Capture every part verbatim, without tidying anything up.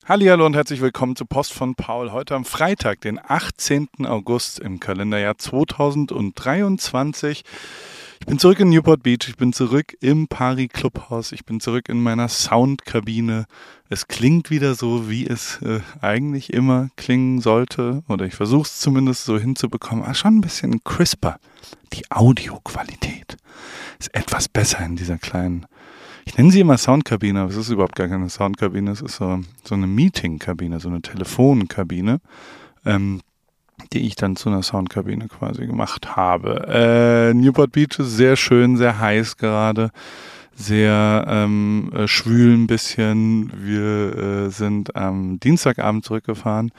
Hallihallo und herzlich willkommen zu Post von Paul. Heute am Freitag, den achtzehnten August im Kalenderjahr zweitausenddreiundzwanzig. Ich bin zurück in Newport Beach, ich bin zurück im Pari Clubhaus, ich bin zurück in meiner Soundkabine. Es klingt wieder so, wie es äh, eigentlich immer klingen sollte. Oder ich versuche es zumindest so hinzubekommen. Aber schon ein bisschen crisper. Die Audioqualität ist etwas besser in dieser kleinen... Ich nenne sie immer Soundkabine, aber es ist überhaupt gar keine Soundkabine. Es ist so, so eine Meetingkabine, so eine Telefonkabine, ähm, die ich dann zu einer Soundkabine quasi gemacht habe. Äh, Newport Beach ist sehr schön, sehr heiß gerade, sehr ähm, äh, schwül ein bisschen. Wir äh, sind am Dienstagabend zurückgefahren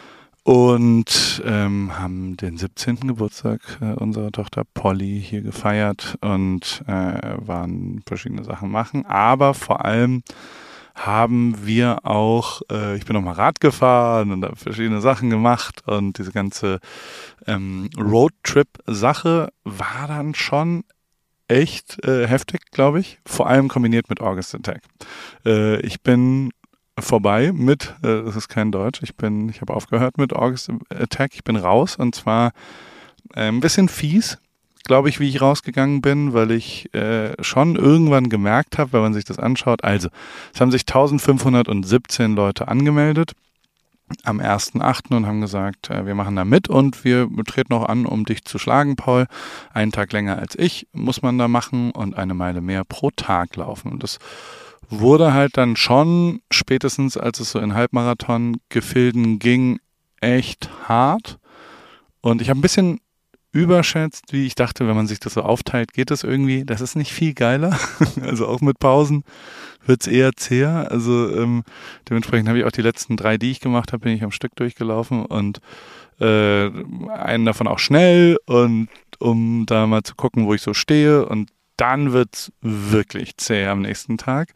und ähm, haben den siebzehnten Geburtstag äh, unserer Tochter Polly hier gefeiert und äh, waren verschiedene Sachen machen. Aber vor allem haben wir auch, äh, ich bin nochmal Rad gefahren und habe verschiedene Sachen gemacht und diese ganze ähm, Roadtrip-Sache war dann schon echt äh, heftig, glaube ich. Vor allem kombiniert mit August Attack. Äh, ich bin vorbei mit, äh, das ist kein Deutsch, ich bin, ich habe aufgehört mit August Attack, ich bin raus und zwar äh, ein bisschen fies, glaube ich, wie ich rausgegangen bin, weil ich äh, schon irgendwann gemerkt habe, wenn man sich das anschaut, also es haben sich eintausendfünfhundertsiebzehn Leute angemeldet am ersten achten und haben gesagt, äh, wir machen da mit und wir treten auch an, um dich zu schlagen, Paul. Einen Tag länger als ich muss man da machen und eine Meile mehr pro Tag laufen und das wurde halt dann schon, spätestens als es so in Halbmarathon-Gefilden ging, echt hart. Und ich habe ein bisschen überschätzt, wie ich dachte, wenn man sich das so aufteilt, geht das irgendwie, das ist nicht viel geiler. Also auch mit Pausen wird es eher zäher. Also ähm, dementsprechend habe ich auch die letzten drei, die ich gemacht habe, bin ich am Stück durchgelaufen und äh, einen davon auch schnell und um da mal zu gucken, wo ich so stehe und dann wird's wirklich zäh am nächsten Tag.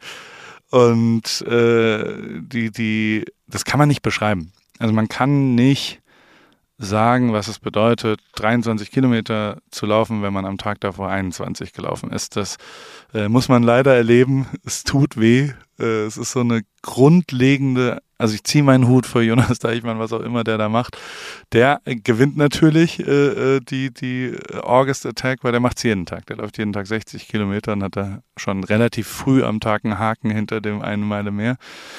Und äh, die, die, das kann man nicht beschreiben. Also man kann nicht sagen, was es bedeutet, dreiundzwanzig Kilometer zu laufen, wenn man am Tag davor einundzwanzig gelaufen ist. Das äh, muss man leider erleben. Es tut weh. Äh, es ist so eine grundlegende, also ich ziehe meinen Hut vor Jonas Deichmann, was auch immer der da macht. Der äh, gewinnt natürlich äh, die, die August Attack, weil der macht es jeden Tag. Der läuft jeden Tag sechzig Kilometer und hat da schon relativ früh am Tag einen Haken hinter dem eine Meile mehr.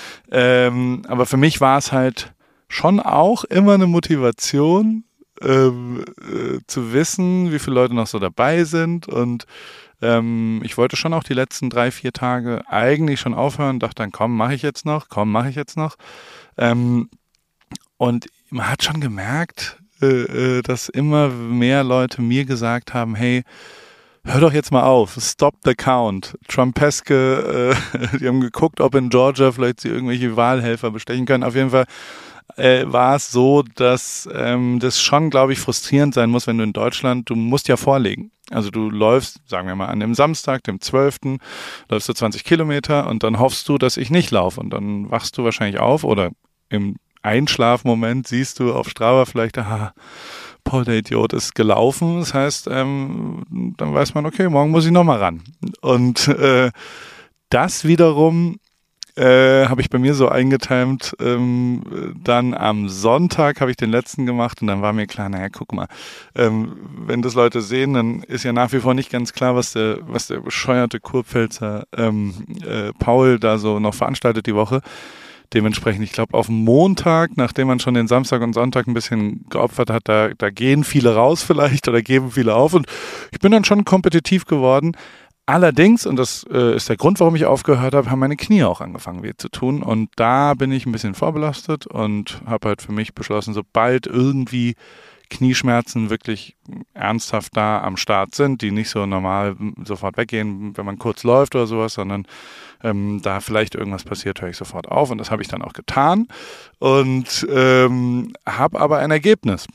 Ähm, aber für mich war es halt schon auch immer eine Motivation, ähm, äh, zu wissen, wie viele Leute noch so dabei sind und ähm, ich wollte schon auch die letzten drei, vier Tage eigentlich schon aufhören, dachte dann, komm, mache ich jetzt noch, komm, mache ich jetzt noch ähm, und man hat schon gemerkt, äh, äh, dass immer mehr Leute mir gesagt haben, hey, hör doch jetzt mal auf, stop the count. Trumpeske, äh, die haben geguckt, ob in Georgia vielleicht sie irgendwelche Wahlhelfer bestechen können. Auf jeden Fall äh, war es so, dass ähm, das schon, glaube ich, frustrierend sein muss, wenn du in Deutschland, du musst ja vorlegen. Also du läufst, sagen wir mal, an dem Samstag, dem zwölften läufst du zwanzig Kilometer und dann hoffst du, dass ich nicht laufe. Und dann wachst du wahrscheinlich auf oder im Einschlafmoment siehst du auf Strava vielleicht, aha, Paul, der Idiot, ist gelaufen. Das heißt, ähm, dann weiß man, okay, morgen muss ich nochmal ran. Und äh, das wiederum äh, habe ich bei mir so eingetimt. Ähm, dann am Sonntag habe ich den letzten gemacht und dann war mir klar, naja, guck mal, ähm, wenn das Leute sehen, dann ist ja nach wie vor nicht ganz klar, was der, was der bescheuerte Kurpfälzer ähm, äh, Paul da so noch veranstaltet die Woche. Dementsprechend, ich glaube, auf Montag, nachdem man schon den Samstag und Sonntag ein bisschen geopfert hat, da, da gehen viele raus vielleicht oder geben viele auf. Und ich bin dann schon kompetitiv geworden. Allerdings, und das äh, ist der Grund, warum ich aufgehört habe, haben meine Knie auch angefangen weh zu tun. Und da bin ich ein bisschen vorbelastet und habe halt für mich beschlossen, sobald irgendwie Knieschmerzen wirklich ernsthaft da am Start sind, die nicht so normal sofort weggehen, wenn man kurz läuft oder sowas, sondern ähm, da vielleicht irgendwas passiert, höre ich sofort auf. Und das habe ich dann auch getan und ähm, habe aber ein Ergebnis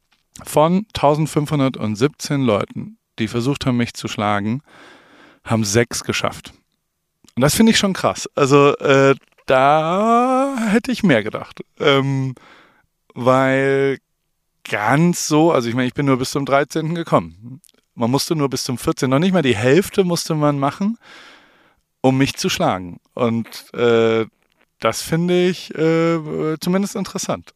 von eintausendfünfhundertsiebzehn Leuten, die versucht haben, mich zu schlagen, haben sechs geschafft. Und das finde ich schon krass. Also äh, da hätte ich mehr gedacht. Ähm, weil ganz so, also ich meine, ich bin nur bis zum dreizehnten gekommen. Man musste nur bis zum vierzehnten, noch nicht mal die Hälfte musste man machen, um mich zu schlagen. Und äh, das finde ich äh, zumindest interessant.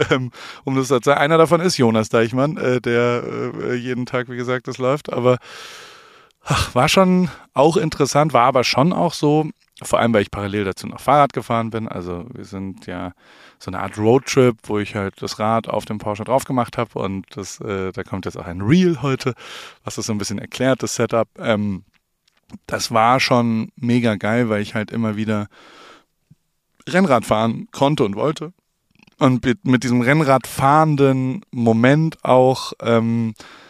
um das zu sagen, einer davon ist Jonas Deichmann, äh, der äh, jeden Tag, wie gesagt, das läuft. Aber ach, war schon auch interessant, war aber schon auch so, vor allem, weil ich parallel dazu noch Fahrrad gefahren bin. Also wir sind ja so eine Art Roadtrip, wo ich halt das Rad auf dem Porsche drauf gemacht habe. Und das, äh, da kommt jetzt auch ein Reel heute, was das so ein bisschen erklärt, das Setup. Ähm, das war schon mega geil, weil ich halt immer wieder Rennrad fahren konnte und wollte. Und mit, mit diesem Rennrad fahrenden Moment auch ähm,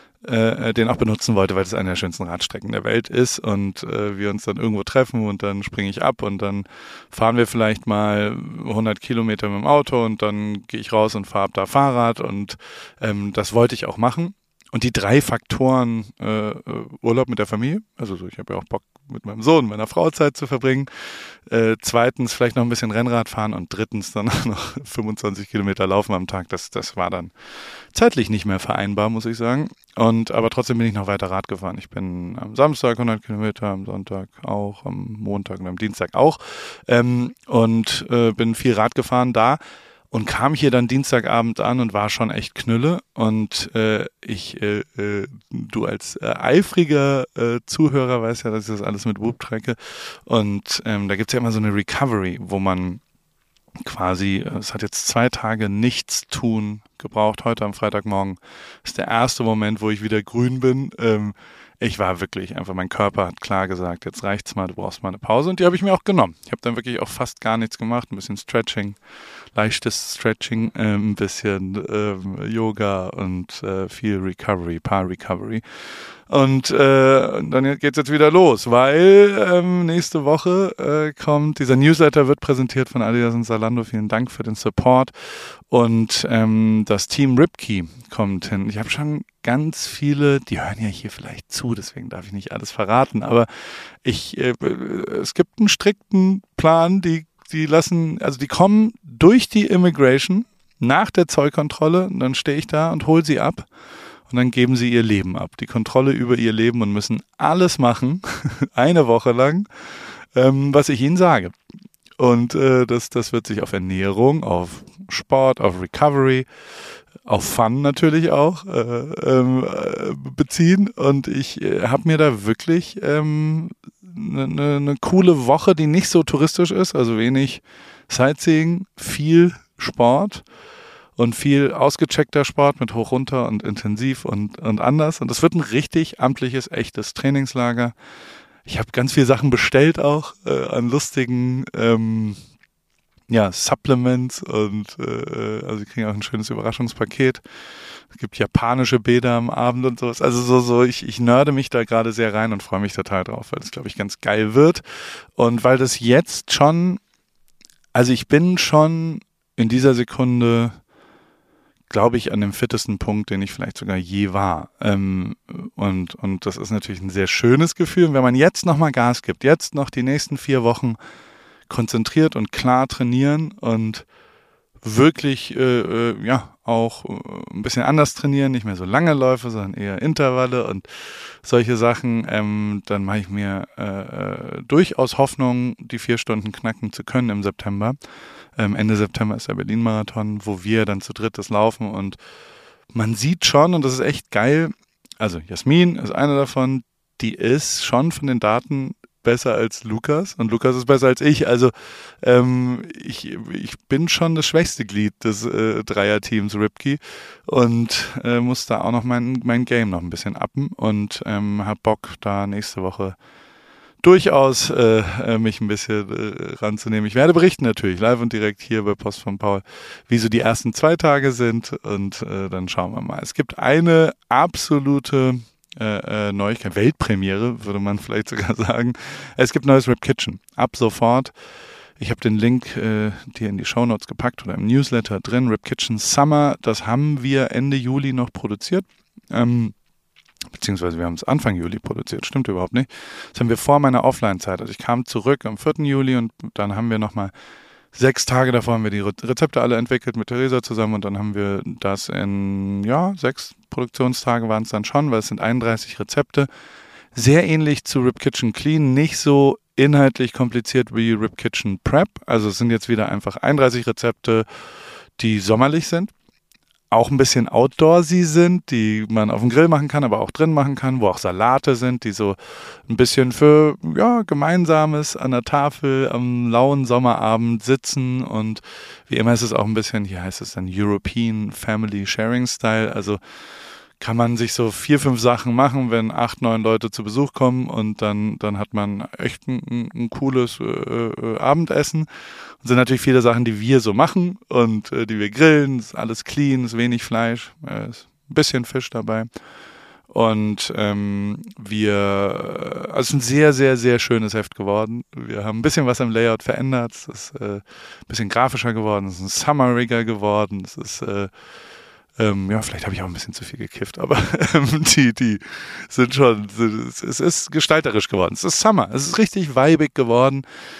äh, den auch benutzen wollte, weil es eine der schönsten Radstrecken der Welt ist und äh, wir uns dann irgendwo treffen und dann springe ich ab und dann fahren wir vielleicht mal hundert Kilometer mit dem Auto und dann gehe ich raus und fahre ab da Fahrrad und ähm, das wollte ich auch machen. Und die drei Faktoren, äh, Urlaub mit der Familie, also so, ich habe ja auch Bock mit meinem Sohn, meiner Frau Zeit zu verbringen. Äh, zweitens vielleicht noch ein bisschen Rennrad fahren und drittens dann noch fünfundzwanzig Kilometer laufen am Tag. Das, das war dann zeitlich nicht mehr vereinbar, muss ich sagen. Und aber trotzdem bin ich noch weiter Rad gefahren. Ich bin am Samstag hundert Kilometer, am Sonntag auch, am Montag und am Dienstag auch ähm, und äh, bin viel Rad gefahren da. Und kam hier dann Dienstagabend an und war schon echt Knülle. Und äh, ich, äh, äh, du als äh, eifriger äh, Zuhörer weißt ja, dass ich das alles mit Whoop trecke. Und ähm, da gibt's ja immer so eine Recovery, wo man quasi, es hat jetzt zwei Tage nichts tun gebraucht. Heute am Freitagmorgen ist der erste Moment, wo ich wieder grün bin. Ähm, ich war wirklich einfach, mein Körper hat klar gesagt, jetzt reicht's mal, du brauchst mal eine Pause. Und die habe ich mir auch genommen. Ich habe dann wirklich auch fast gar nichts gemacht, ein bisschen Stretching, leichtes Stretching, äh, ein bisschen ähm, Yoga und äh, viel Recovery, paar Recovery. Und äh, dann geht's jetzt wieder los, weil ähm, nächste Woche äh, kommt, dieser Newsletter wird präsentiert von Adidas und Zalando. Vielen Dank für den Support. Und ähm, das Team Ripkey kommt hin. Ich habe schon ganz viele, die hören ja hier vielleicht zu, deswegen darf ich nicht alles verraten, aber ich, äh, es gibt einen strikten Plan, die, die lassen, also die kommen durch die Immigration nach der Zollkontrolle und dann stehe ich da und hole sie ab. Und dann geben sie ihr Leben ab, die Kontrolle über ihr Leben und müssen alles machen, eine Woche lang, ähm, was ich ihnen sage. Und äh, das, das wird sich auf Ernährung, auf Sport, auf Recovery, auf Fun natürlich auch äh, ähm, äh, beziehen. Und ich äh, habe mir da wirklich ähm, eine ne, ne coole Woche, die nicht so touristisch ist, also wenig Sightseeing, viel Sport. Und viel ausgecheckter Sport mit hoch runter und intensiv und, und anders. Und das wird ein richtig amtliches, echtes Trainingslager. Ich habe ganz viele Sachen bestellt auch äh, an lustigen ähm, ja, Supplements und äh, also ich kriege auch ein schönes Überraschungspaket. Es gibt japanische Bäder am Abend und sowas. Also so, so ich, ich nörde mich da gerade sehr rein und freue mich total drauf, weil das, glaube ich, ganz geil wird. Und weil das jetzt schon, also ich bin schon in dieser Sekunde, glaube ich, an dem fittesten Punkt, den ich vielleicht sogar je war. Ähm, und, und das ist natürlich ein sehr schönes Gefühl. Und wenn man jetzt nochmal Gas gibt, jetzt noch die nächsten vier Wochen konzentriert und klar trainieren und wirklich äh, äh, ja auch äh, ein bisschen anders trainieren, nicht mehr so lange Läufe, sondern eher Intervalle und solche Sachen, ähm, dann mache ich mir äh, äh, durchaus Hoffnung, die vier Stunden knacken zu können im September. Ähm, Ende September ist der Berlin-Marathon, wo wir dann zu dritt das laufen und man sieht schon, und das ist echt geil, also Jasmin ist eine davon, die ist schon von den Daten besser als Lukas und Lukas ist besser als ich, also ähm, ich, ich bin schon das schwächste Glied des äh, Dreierteams Ripkey und äh, muss da auch noch mein, mein Game noch ein bisschen uppen und ähm, hab Bock, da nächste Woche durchaus äh, mich ein bisschen äh, ranzunehmen. Ich werde berichten natürlich, live und direkt hier bei Post von Paul, wie so die ersten zwei Tage sind und äh, dann schauen wir mal. Es gibt eine absolute äh, äh, Neuigkeit, Weltpremiere, würde man vielleicht sogar sagen. Es gibt neues Rip Kitchen. Ab sofort. Ich habe den Link äh, dir in die Shownotes gepackt oder im Newsletter drin. Rip Kitchen Summer, das haben wir Ende Juli noch produziert. Ähm, Beziehungsweise wir haben es Anfang Juli produziert, stimmt überhaupt nicht. Das haben wir vor meiner Offline-Zeit. Also ich kam zurück am vierten Juli und dann haben wir nochmal sechs Tage davor haben wir die Rezepte alle entwickelt mit Theresa zusammen und dann haben wir das in, ja, sechs Produktionstage waren es dann schon, weil es sind einunddreißig Rezepte. Sehr ähnlich zu Rip Kitchen Clean, nicht so inhaltlich kompliziert wie Rib Kitchen Prep. Also es sind jetzt wieder einfach einunddreißig Rezepte, die sommerlich sind. Auch ein bisschen outdoorsy sind, die man auf dem Grill machen kann, aber auch drin machen kann, wo auch Salate sind, die so ein bisschen für ja Gemeinsames an der Tafel am lauen Sommerabend sitzen. Und wie immer ist es auch ein bisschen, hier heißt es dann European Family Sharing Style, also kann man sich so vier, fünf Sachen machen, wenn acht, neun Leute zu Besuch kommen und dann, dann hat man echt ein, ein cooles äh, äh, Abendessen. Und sind natürlich viele Sachen, die wir so machen und äh, die wir grillen, ist alles clean, ist wenig Fleisch, äh, ist ein bisschen Fisch dabei. Und ähm, wir, also es ist ein sehr, sehr, sehr schönes Heft geworden. Wir haben ein bisschen was im Layout verändert, es ist äh, ein bisschen grafischer geworden, es ist ein Summer-Rigger geworden, es ist äh, Ähm, ja, vielleicht habe ich auch ein bisschen zu viel gekifft, aber ähm, die, die sind schon, es ist gestalterisch geworden. Es ist Summer, es ist richtig weibig geworden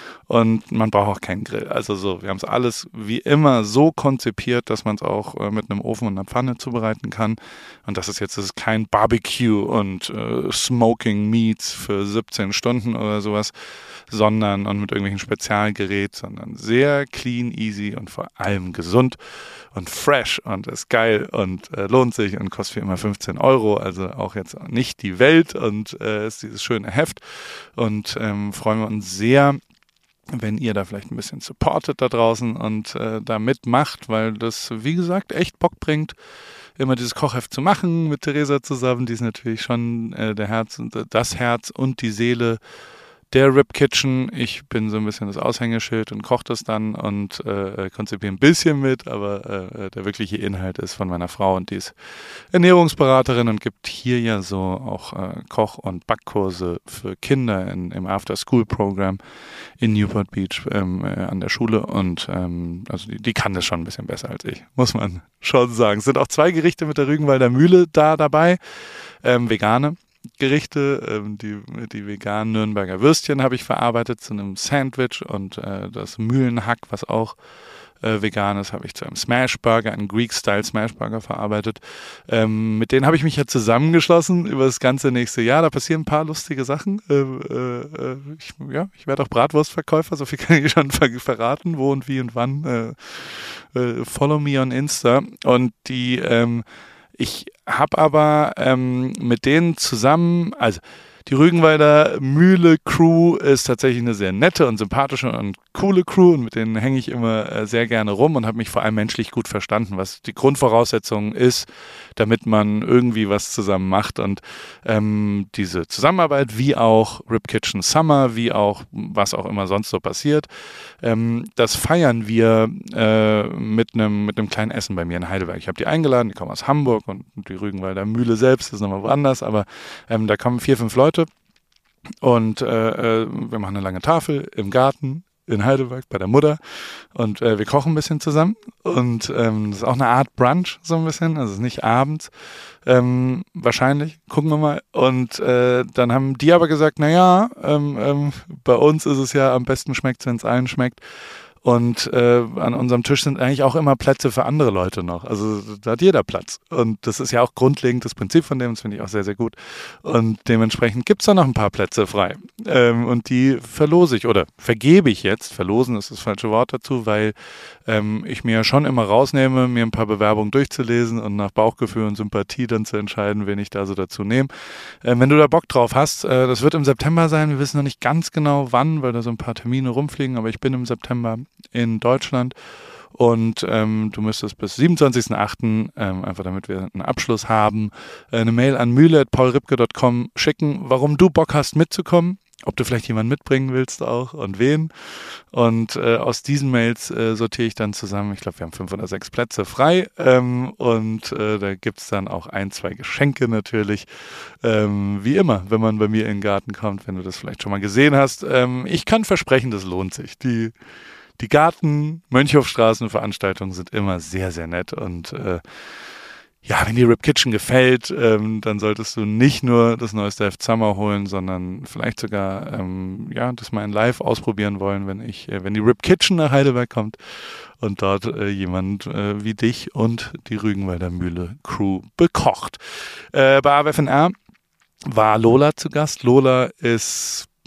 und man braucht auch keinen Grill. Also so, wir haben es alles wie immer so konzipiert, dass man es auch äh, mit einem Ofen und einer Pfanne zubereiten kann. Und das ist jetzt, das ist kein Barbecue und äh, Smoking Meats für siebzehn Stunden oder sowas, sondern und mit irgendwelchen Spezialgerät, sondern sehr clean, easy und vor allem gesund und fresh und ist geil und äh, lohnt sich und kostet wie immer fünfzehn Euro, also auch jetzt nicht die Welt und äh, ist dieses schöne Heft und ähm, freuen wir uns sehr, wenn ihr da vielleicht ein bisschen supportet da draußen und äh, da mitmacht, weil das, wie gesagt, echt Bock bringt, immer dieses Kochheft zu machen mit Theresa zusammen, die ist natürlich schon äh, der Herz und das Herz und die Seele der Rib Kitchen. Ich bin so ein bisschen das Aushängeschild und koche das dann und äh, konzipiere ein bisschen mit, aber äh, der wirkliche Inhalt ist von meiner Frau und die ist Ernährungsberaterin und gibt hier ja so auch äh, Koch- und Backkurse für Kinder in, im After-School-Programm in Newport Beach ähm, äh, an der Schule und ähm, also die, die kann das schon ein bisschen besser als ich, muss man schon sagen. Es sind auch zwei Gerichte mit der Rügenwalder Mühle da dabei, ähm, vegane Gerichte, ähm, die, die veganen Nürnberger Würstchen habe ich verarbeitet zu einem Sandwich und äh, das Mühlenhack, was auch äh, vegan ist, habe ich zu einem Smashburger, einem Greek-Style Smashburger verarbeitet. Ähm, mit denen habe ich mich ja zusammengeschlossen über das ganze nächste Jahr. Da passieren ein paar lustige Sachen. Äh, äh, ich, ja, ich werde auch Bratwurstverkäufer, so viel kann ich schon ver- verraten, wo und wie und wann. Äh, äh, follow me on Insta. Und die ähm, Ich habe aber ähm, mit denen zusammen, also die Rügenwalder Mühle Crew ist tatsächlich eine sehr nette und sympathische und coole Crew und mit denen hänge ich immer äh, sehr gerne rum und habe mich vor allem menschlich gut verstanden, was die Grundvoraussetzung ist, damit man irgendwie was zusammen macht und ähm, diese Zusammenarbeit, wie auch Rib Kitchen Summer, wie auch was auch immer sonst so passiert, ähm, das feiern wir äh, mit einem mit einem kleinen Essen bei mir in Heidelberg. Ich habe die eingeladen, die kommen aus Hamburg und die Rügenwalder Mühle selbst ist nochmal woanders, aber ähm, da kommen vier, fünf Leute und äh, äh, wir machen eine lange Tafel im Garten in Heidelberg bei der Mutter und äh, wir kochen ein bisschen zusammen und ähm, das ist auch eine Art Brunch so ein bisschen, also es ist nicht abends, ähm, wahrscheinlich, gucken wir mal und äh, dann haben die aber gesagt, naja, ähm, ähm, bei uns ist es ja am besten schmeckt, wenn es allen schmeckt. Und äh, an unserem Tisch sind eigentlich auch immer Plätze für andere Leute noch. Also da hat jeder Platz. Und das ist ja auch grundlegend das Prinzip von dem, das finde ich auch sehr, sehr gut. Und dementsprechend gibt es da noch ein paar Plätze frei. Ähm, und die verlose ich oder vergebe ich jetzt. Verlosen ist das falsche Wort dazu, weil ähm, ich mir ja schon immer rausnehme, mir ein paar Bewerbungen durchzulesen und nach Bauchgefühl und Sympathie dann zu entscheiden, wen ich da so dazu nehme. Ähm, wenn du da Bock drauf hast, äh, das wird im September sein. Wir wissen noch nicht ganz genau wann, weil da so ein paar Termine rumfliegen, aber ich bin im September in Deutschland und ähm, du müsstest bis siebenundzwanzigsten achten Ähm, einfach damit wir einen Abschluss haben, äh, eine Mail an mühle at paul ripke dot com schicken, warum du Bock hast mitzukommen, ob du vielleicht jemanden mitbringen willst auch und wen und äh, aus diesen Mails äh, sortiere ich dann zusammen, ich glaube wir haben fünf oder sechs Plätze frei ähm, und äh, da gibt es dann auch ein, zwei Geschenke natürlich, ähm, wie immer, wenn man bei mir in den Garten kommt, wenn du das vielleicht schon mal gesehen hast. Ähm, ich kann versprechen, das lohnt sich. Die Die Garten-Mönchhofstraßen-Veranstaltungen sind immer sehr, sehr nett und äh, ja, wenn dir Rib Kitchen gefällt, ähm, dann solltest du nicht nur das neueste Heft Summer holen, sondern vielleicht sogar ähm, ja, das mal in Live ausprobieren wollen, wenn ich, äh, wenn die Rib Kitchen nach Heidelberg kommt und dort äh, jemand äh, wie dich und die Rügenwalder Mühle Crew bekocht. Äh, bei A W F N R war Lola zu Gast. Lola ist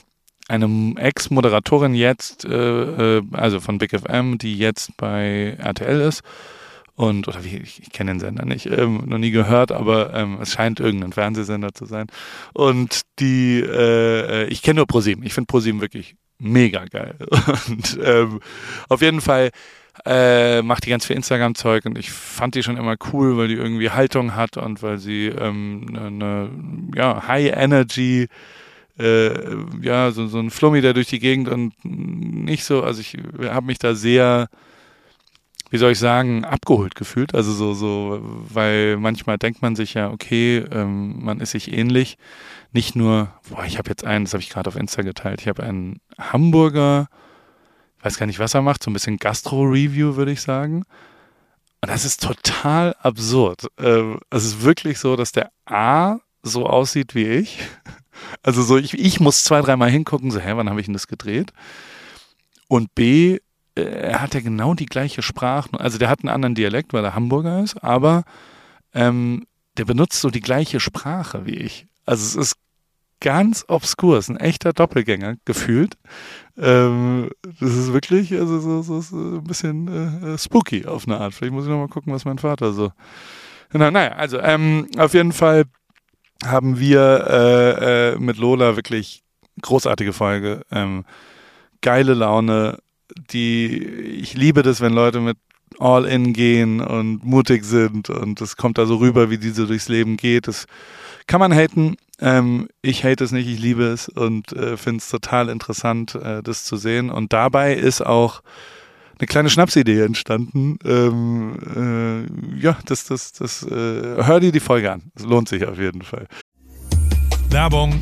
eine Ex-Moderatorin jetzt, äh, also von Big F M, die jetzt bei R T L ist. Und, oder wie, ich, ich kenne den Sender nicht, ähm, noch nie gehört, aber ähm, es scheint irgendein Fernsehsender zu sein. Und die, äh, ich kenne nur ProSieben. Ich finde ProSieben wirklich mega geil. Und ähm, auf jeden Fall äh, macht die ganz viel Instagram-Zeug und ich fand die schon immer cool, weil die irgendwie Haltung hat und weil sie ähm, eine, ja, High-Energy, äh, ja, so, so ein Flummi da durch die Gegend und nicht so, also ich habe mich da sehr, wie soll ich sagen, abgeholt gefühlt. Also so, so, weil manchmal denkt man sich ja, okay, ähm, man ist sich ähnlich. Nicht nur, boah, ich habe jetzt einen, das habe ich gerade auf Insta geteilt, ich habe einen Hamburger, ich weiß gar nicht, was er macht, so ein bisschen Gastro-Review, würde ich sagen. Und das ist total absurd. Ähm, es ist wirklich so, dass der A so aussieht wie ich. Also so, ich, ich muss zwei, dreimal hingucken, so, hä, wann habe ich denn das gedreht? Und B, er hat ja genau die gleiche Sprache, also der hat einen anderen Dialekt, weil er Hamburger ist, aber ähm, der benutzt so die gleiche Sprache wie ich. Also es ist ganz obskur, es ist ein echter Doppelgänger gefühlt. Ähm, das ist wirklich also so, so, so ein bisschen äh, spooky auf eine Art. Vielleicht muss ich noch mal gucken, was mein Vater so... Na, naja, also ähm, auf jeden Fall haben wir äh, äh, mit Lola wirklich großartige Folge, ähm, geile Laune, die, ich liebe das, wenn Leute mit All-In gehen und mutig sind und das kommt da so rüber, wie die so durchs Leben geht. Das kann man haten. Ähm, ich hate es nicht, ich liebe es und äh, finde es total interessant, äh, das zu sehen. Und dabei ist auch eine kleine Schnapsidee entstanden. Ähm, äh, ja, das, das, das, äh, hör dir die Folge an. Es lohnt sich auf jeden Fall. Werbung.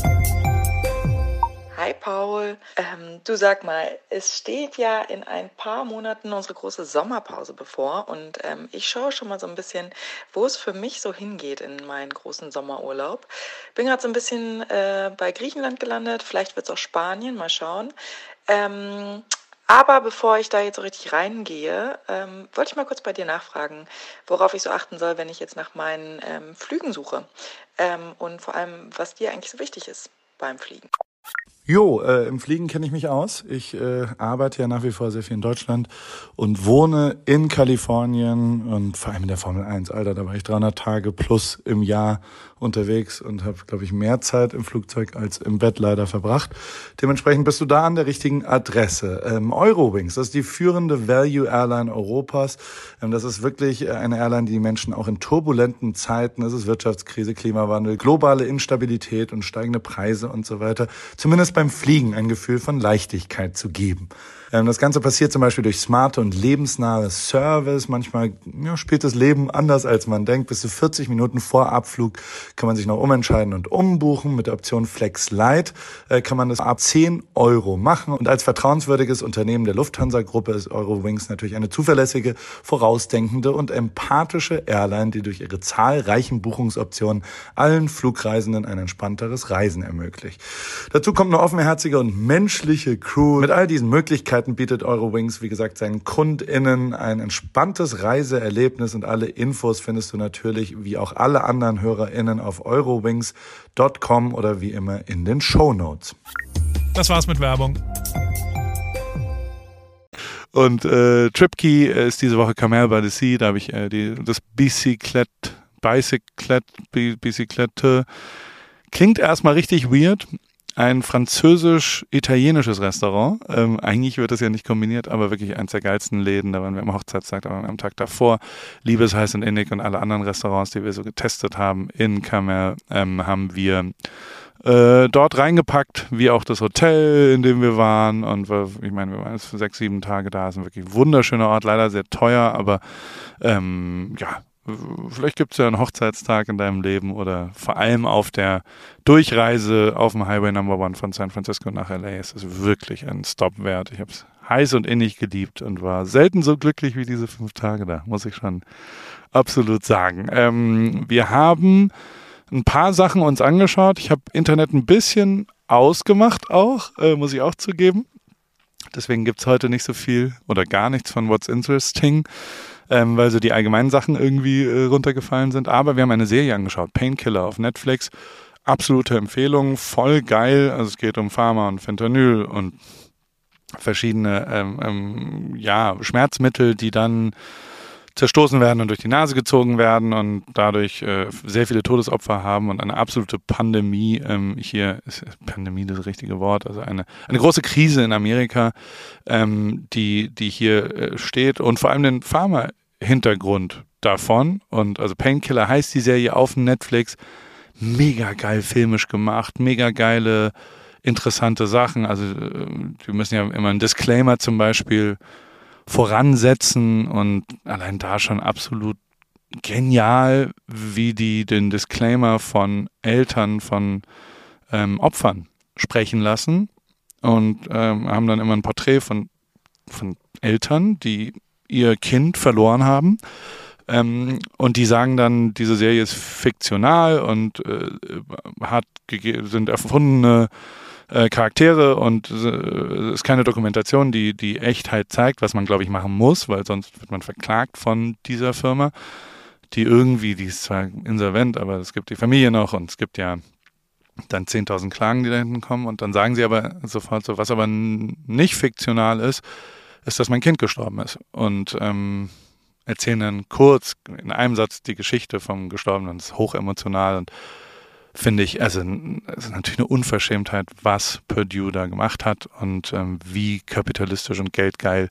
Hi Paul, ähm, du sag mal, es steht ja in ein paar Monaten unsere große Sommerpause bevor und ähm, ich schaue schon mal so ein bisschen, wo es für mich so hingeht in meinen großen Sommerurlaub. Bin gerade so ein bisschen äh, bei Griechenland gelandet, vielleicht wird es auch Spanien, mal schauen. Ähm, aber bevor ich da jetzt so richtig reingehe, ähm, wollte ich mal kurz bei dir nachfragen, worauf ich so achten soll, wenn ich jetzt nach meinen ähm, Flügen suche ähm, und vor allem, was dir eigentlich so wichtig ist beim Fliegen. Jo, äh, im Fliegen kenne ich mich aus. Ich äh, arbeite ja nach wie vor sehr viel in Deutschland und wohne in Kalifornien und vor allem in der Formel eins. Alter, da war ich dreihundert Tage plus im Jahr unterwegs und habe, glaube ich, mehr Zeit im Flugzeug als im Bett leider verbracht. Dementsprechend bist du da an der richtigen Adresse. Ähm, Eurowings, das ist die führende Value Airline Europas. Ähm, das ist wirklich eine Airline, die die Menschen auch in turbulenten Zeiten, es ist Wirtschaftskrise, Klimawandel, globale Instabilität und steigende Preise und so weiter, zumindest beim Fliegen ein Gefühl von Leichtigkeit zu geben. Das Ganze passiert zum Beispiel durch smarte und lebensnahe Service. Manchmal ja, spielt das Leben anders, als man denkt. Bis zu vierzig Minuten vor Abflug kann man sich noch umentscheiden und umbuchen. Mit der Option Flex Lite äh, kann man das ab zehn Euro machen. Und als vertrauenswürdiges Unternehmen der Lufthansa-Gruppe ist Eurowings natürlich eine zuverlässige, vorausdenkende und empathische Airline, die durch ihre zahlreichen Buchungsoptionen allen Flugreisenden ein entspannteres Reisen ermöglicht. Dazu kommt eine offenherzige und menschliche Crew. Mit all diesen Möglichkeiten bietet Eurowings, wie gesagt, seinen KundInnen ein entspanntes Reiseerlebnis und alle Infos findest du natürlich, wie auch alle anderen HörerInnen, auf eurowings Punkt com oder wie immer in den Shownotes. Das war's mit Werbung. Und äh, TripKey ist diese Woche Camel by the Sea, da habe ich äh, die, das Bicyclette, Bicyclette, Bicyclette, klingt erstmal richtig weird. Ein französisch-italienisches Restaurant. Ähm, eigentlich wird das ja nicht kombiniert, aber wirklich eins der geilsten Läden. Da waren wir am Hochzeitstag, da waren wir am Tag davor. Liebes, heiß und innig und alle anderen Restaurants, die wir so getestet haben in Camel, ähm, haben wir äh, dort reingepackt, wie auch das Hotel, in dem wir waren. Und wir, ich meine, wir waren jetzt für sechs, sieben Tage da. Es ist ein wirklich wunderschöner Ort, leider sehr teuer, aber ähm, ja, vielleicht gibt es ja einen Hochzeitstag in deinem Leben oder vor allem auf der Durchreise auf dem Highway Number One von San Francisco nach L A. Es ist wirklich ein Stop wert. Ich habe es heiß und innig geliebt und war selten so glücklich wie diese fünf Tage da, muss ich schon absolut sagen. Ähm, wir haben ein paar Sachen uns angeschaut. Ich habe Internet ein bisschen ausgemacht auch, äh, muss ich auch zugeben. Deswegen gibt es heute nicht so viel oder gar nichts von What's Interesting. Ähm, weil so die allgemeinen Sachen irgendwie äh, runtergefallen sind. Aber wir haben eine Serie angeschaut, Painkiller auf Netflix. absolute Empfehlung, voll geil. Also es geht um Pharma und Fentanyl und verschiedene ähm, ähm, ja, Schmerzmittel, die dann zerstoßen werden und durch die Nase gezogen werden und dadurch äh, sehr viele Todesopfer haben und eine absolute Pandemie, ähm, hier ist Pandemie das richtige Wort, also eine, eine große Krise in Amerika, ähm, die, die hier äh, steht und vor allem den Pharma-Hintergrund davon. Und also Painkiller heißt die Serie auf Netflix, mega geil filmisch gemacht, mega geile, interessante Sachen. Also äh, wir müssen ja immer einen Disclaimer zum Beispiel voransetzen und allein da schon absolut genial, wie die den Disclaimer von Eltern von ähm, Opfern sprechen lassen und ähm, haben dann immer ein Porträt von, von Eltern, die ihr Kind verloren haben ähm, und die sagen dann, diese Serie ist fiktional und äh, hat gege- sind erfundene Charaktere und es äh, ist keine Dokumentation, die die Echtheit zeigt, was man, glaube ich, machen muss, weil sonst wird man verklagt von dieser Firma, die irgendwie, die ist zwar insolvent, aber es gibt die Familie noch und es gibt ja dann zehntausend Klagen, die da hinten kommen und dann sagen sie aber sofort so, was aber n- nicht fiktional ist, ist, dass mein Kind gestorben ist und ähm, erzählen dann kurz in einem Satz die Geschichte vom Gestorbenen. Das ist hochemotional und finde ich, also es ist natürlich eine Unverschämtheit, was Purdue da gemacht hat und ähm, wie kapitalistisch und geldgeil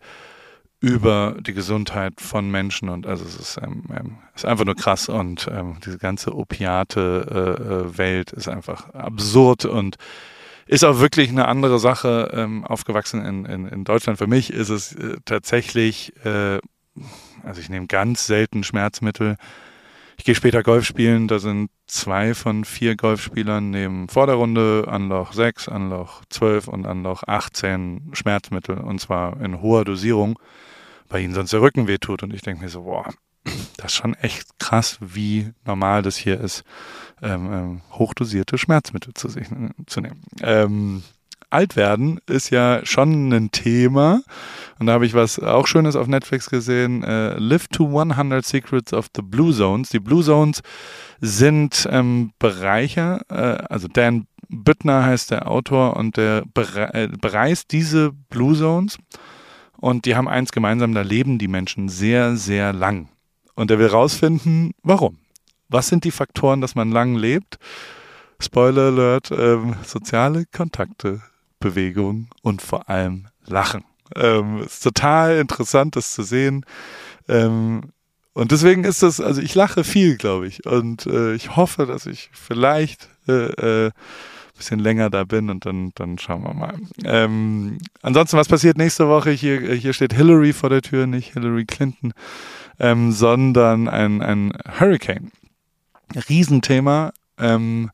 über die Gesundheit von Menschen und also es ist, ähm, ähm, ist einfach nur krass und ähm, diese ganze Opiate-Welt äh, ist einfach absurd und ist auch wirklich eine andere Sache ähm, aufgewachsen in, in, in Deutschland. Für mich ist es äh, tatsächlich, äh, also ich nehme ganz selten Schmerzmittel. Ich gehe später Golf spielen, da sind zwei von vier Golfspielern nehmen vor der Runde Anloch sechs, Anloch zwölf und Anloch achtzehn Schmerzmittel und zwar in hoher Dosierung, weil ihnen sonst der Rücken wehtut und ich denke mir so, boah, das ist schon echt krass, wie normal das hier ist, ähm, ähm, hochdosierte Schmerzmittel zu, sich, zu nehmen. Ähm, alt werden ist ja schon ein Thema. Und da habe ich was auch Schönes auf Netflix gesehen. Äh, Live to hundert Secrets of the Blue Zones. Die Blue Zones sind ähm, Bereiche, äh, also Dan Büttner heißt der Autor und der bere- äh, bereist diese Blue Zones. Und die haben eins gemeinsam, da leben die Menschen sehr, sehr lang. Und er will rausfinden, warum. Was sind die Faktoren, dass man lang lebt? Spoiler Alert, ähm, soziale Kontakte, Bewegung und vor allem Lachen. Ähm, ist total interessant, das zu sehen. Ähm, und deswegen ist das, also ich lache viel, glaube ich. Und äh, ich hoffe, dass ich vielleicht äh, äh, bisschen länger da bin und dann, dann schauen wir mal. Ähm, ansonsten, was passiert nächste Woche? Hier, hier steht Hillary vor der Tür, nicht Hillary Clinton, ähm, sondern ein, ein Hurricane. Riesenthema. Ähm,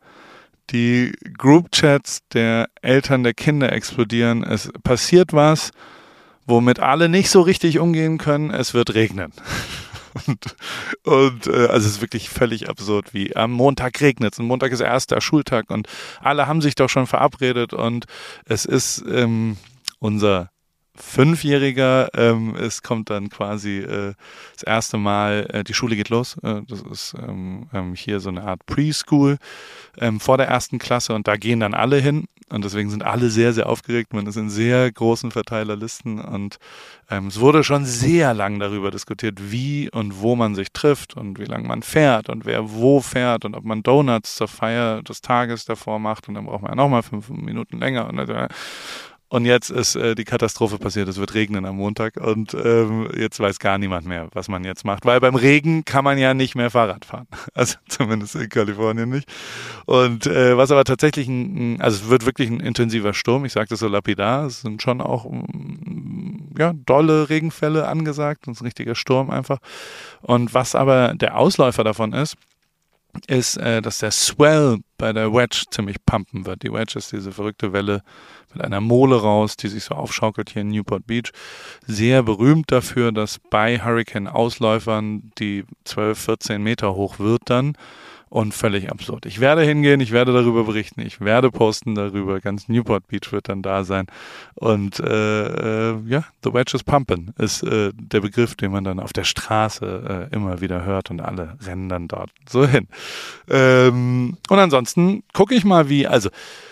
die Group-Chats der Eltern der Kinder explodieren. Es passiert was, womit alle nicht so richtig umgehen können. Es wird regnen. Und, und äh, also es ist wirklich völlig absurd, wie am Montag regnet es. Am Montag ist erster Schultag und alle haben sich doch schon verabredet und es ist ähm, unser Fünfjähriger, ähm, es kommt dann quasi äh, das erste Mal, äh, die Schule geht los, äh, das ist ähm, ähm, hier so eine Art Preschool ähm, vor der ersten Klasse und da gehen dann alle hin und deswegen sind alle sehr, sehr aufgeregt, man ist in sehr großen Verteilerlisten und ähm, es wurde schon sehr lang darüber diskutiert, wie und wo man sich trifft und wie lange man fährt und wer wo fährt und ob man Donuts zur Feier des Tages davor macht und dann braucht man ja nochmal fünf Minuten länger und äh, Und jetzt ist äh, die Katastrophe passiert, es wird regnen am Montag und ähm, jetzt weiß gar niemand mehr, was man jetzt macht, weil beim Regen kann man ja nicht mehr Fahrrad fahren, also zumindest in Kalifornien nicht. Und äh, was aber tatsächlich, ein, also es wird wirklich ein intensiver Sturm, ich sage das so lapidar, es sind schon auch ja, dolle Regenfälle angesagt, es ist ein richtiger Sturm einfach. Und was aber der Ausläufer davon ist, ist, äh, dass der Swell bei der Wedge ziemlich pumpen wird. Die Wedge ist diese verrückte Welle mit einer Mole raus, die sich so aufschaukelt hier in Newport Beach. Sehr berühmt dafür, dass bei Hurricane-Ausläufern die zwölf, vierzehn Meter hoch wird dann und völlig absurd. Ich werde hingehen, ich werde darüber berichten, ich werde posten darüber, ganz Newport Beach wird dann da sein und äh, äh, ja, the wedge is pumping ist äh, der Begriff, den man dann auf der Straße äh, immer wieder hört und alle rennen dann dort so hin. Ähm, und ansonsten gucke ich mal, wie, also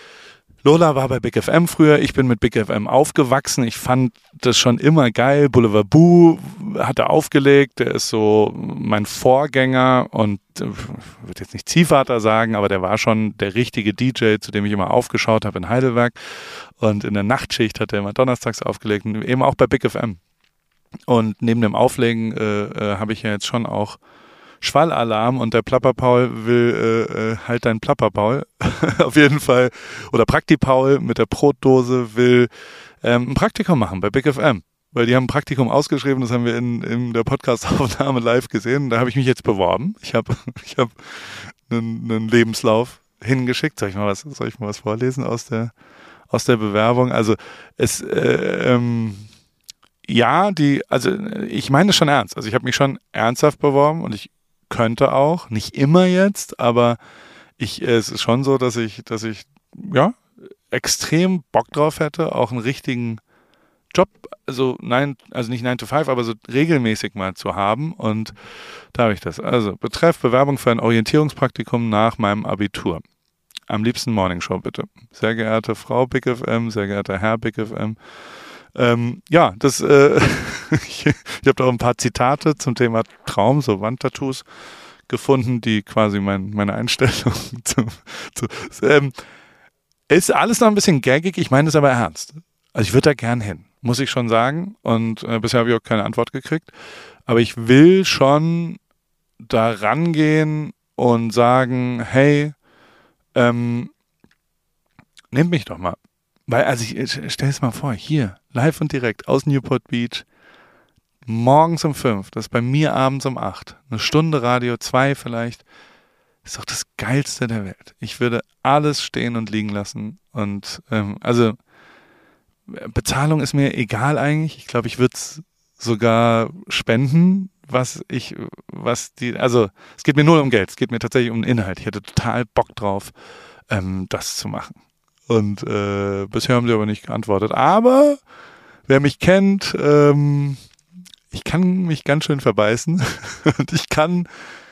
Lola war bei Big F M früher, ich bin mit Big F M aufgewachsen, ich fand das schon immer geil, Boulevard Boo hat er aufgelegt, der ist so mein Vorgänger und ich würde jetzt nicht Ziehvater sagen, aber der war schon der richtige D J, zu dem ich immer aufgeschaut habe in Heidelberg und in der Nachtschicht hat er immer donnerstags aufgelegt und eben auch bei Big F M. Und neben dem Auflegen äh, äh, habe ich ja jetzt schon auch Schwallalarm und der Plapperpaul will äh, äh, halt dein Plapperpaul auf jeden Fall oder Praktipaul mit der Brotdose will ähm, ein Praktikum machen bei Big F M, weil die haben ein Praktikum ausgeschrieben, das haben wir in, in der Podcast-Aufnahme live gesehen, da habe ich mich jetzt beworben, ich habe ich hab einen, einen Lebenslauf hingeschickt, soll ich mal was, soll ich mal was vorlesen aus der, aus der Bewerbung, also es äh, ähm, ja, die, also ich meine das schon ernst, also ich habe mich schon ernsthaft beworben und ich könnte auch, nicht immer jetzt, aber ich, es ist schon so, dass ich, dass ich, ja, extrem Bock drauf hätte, auch einen richtigen Job, also nein, also nicht nine to five, aber so regelmäßig mal zu haben und da habe ich das. Also, betreff Bewerbung für ein Orientierungspraktikum nach meinem Abitur. Am liebsten Morningshow, bitte. Sehr geehrte Frau Big F M, sehr geehrter Herr Big F M, Ähm, ja, das, äh, ich, ich habe da auch ein paar Zitate zum Thema Traum, so Wandtattoos gefunden, die quasi mein, meine Einstellung zu, zu ähm, ist alles noch ein bisschen gaggig, ich meine es aber ernst. Also ich würde da gern hin, muss ich schon sagen und äh, bisher habe ich auch keine Antwort gekriegt, aber ich will schon da rangehen und sagen, hey, ähm, nehmt mich doch mal. Weil, also ich stell es mal vor, hier, live und direkt aus Newport Beach, morgens um fünf, das ist bei mir abends um acht, eine Stunde Radio, zwei vielleicht, ist doch das Geilste der Welt. Ich würde alles stehen und liegen lassen und, ähm, also, Bezahlung ist mir egal eigentlich, ich glaube, ich würde es sogar spenden, was ich, was die, also, es geht mir nur um Geld, es geht mir tatsächlich um den Inhalt, ich hätte total Bock drauf, ähm, das zu machen. Und äh, bisher haben sie aber nicht geantwortet. Aber wer mich kennt, ähm, ich kann mich ganz schön verbeißen und ich kann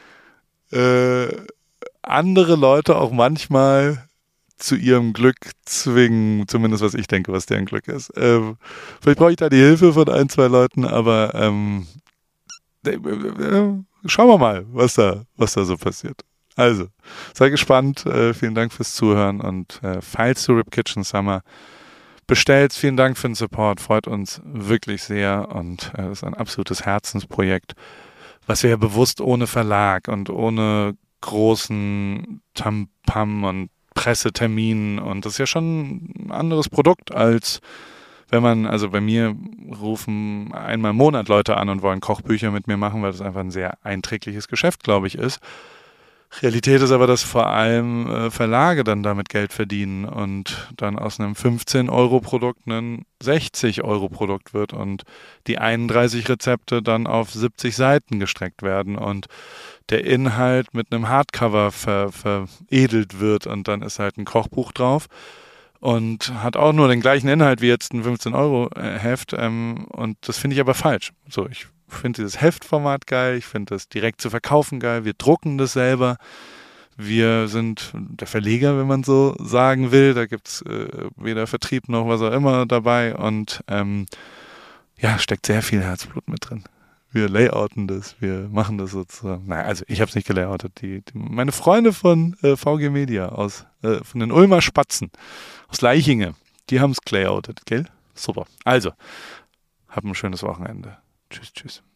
äh, andere Leute auch manchmal zu ihrem Glück zwingen, zumindest was ich denke, was deren Glück ist. Ähm, vielleicht brauche ich da die Hilfe von ein, zwei Leuten, aber ähm, äh, äh, schauen wir mal, was da, was da so passiert. Also, sei gespannt, äh, vielen Dank fürs Zuhören und äh, falls du Rip Kitchen Summer bestellst, vielen Dank für den Support, freut uns wirklich sehr und äh, das ist ein absolutes Herzensprojekt, was wir ja bewusst ohne Verlag und ohne großen Tampam und Presseterminen und das ist ja schon ein anderes Produkt als wenn man, also bei mir rufen einmal im Monat Leute an und wollen Kochbücher mit mir machen, weil das einfach ein sehr einträgliches Geschäft, glaube ich, ist. Realität ist aber, dass vor allem äh, Verlage dann damit Geld verdienen und dann aus einem fünfzehn-Euro-Produkt ein sechzig-Euro-Produkt wird und die einunddreißig Rezepte dann auf siebzig Seiten gestreckt werden und der Inhalt mit einem Hardcover ver- veredelt wird und dann ist halt ein Kochbuch drauf und hat auch nur den gleichen Inhalt wie jetzt ein fünfzehn-Euro-Heft ähm, und das finde ich aber falsch. So, ich Ich finde dieses Heftformat geil, ich finde das direkt zu verkaufen geil, wir drucken das selber, wir sind der Verleger, wenn man so sagen will, da gibt es äh, weder Vertrieb noch was auch immer dabei und ähm, ja, steckt sehr viel Herzblut mit drin. Wir layouten das, wir machen das sozusagen. Naja, also ich habe es nicht gelayoutet, die, die, meine Freunde von äh, V G Media, aus äh, von den Ulmer Spatzen, aus Leichinge, die haben es gelayoutet, gell? Super. Also, hab ein schönes Wochenende. Tschüss, tschüss.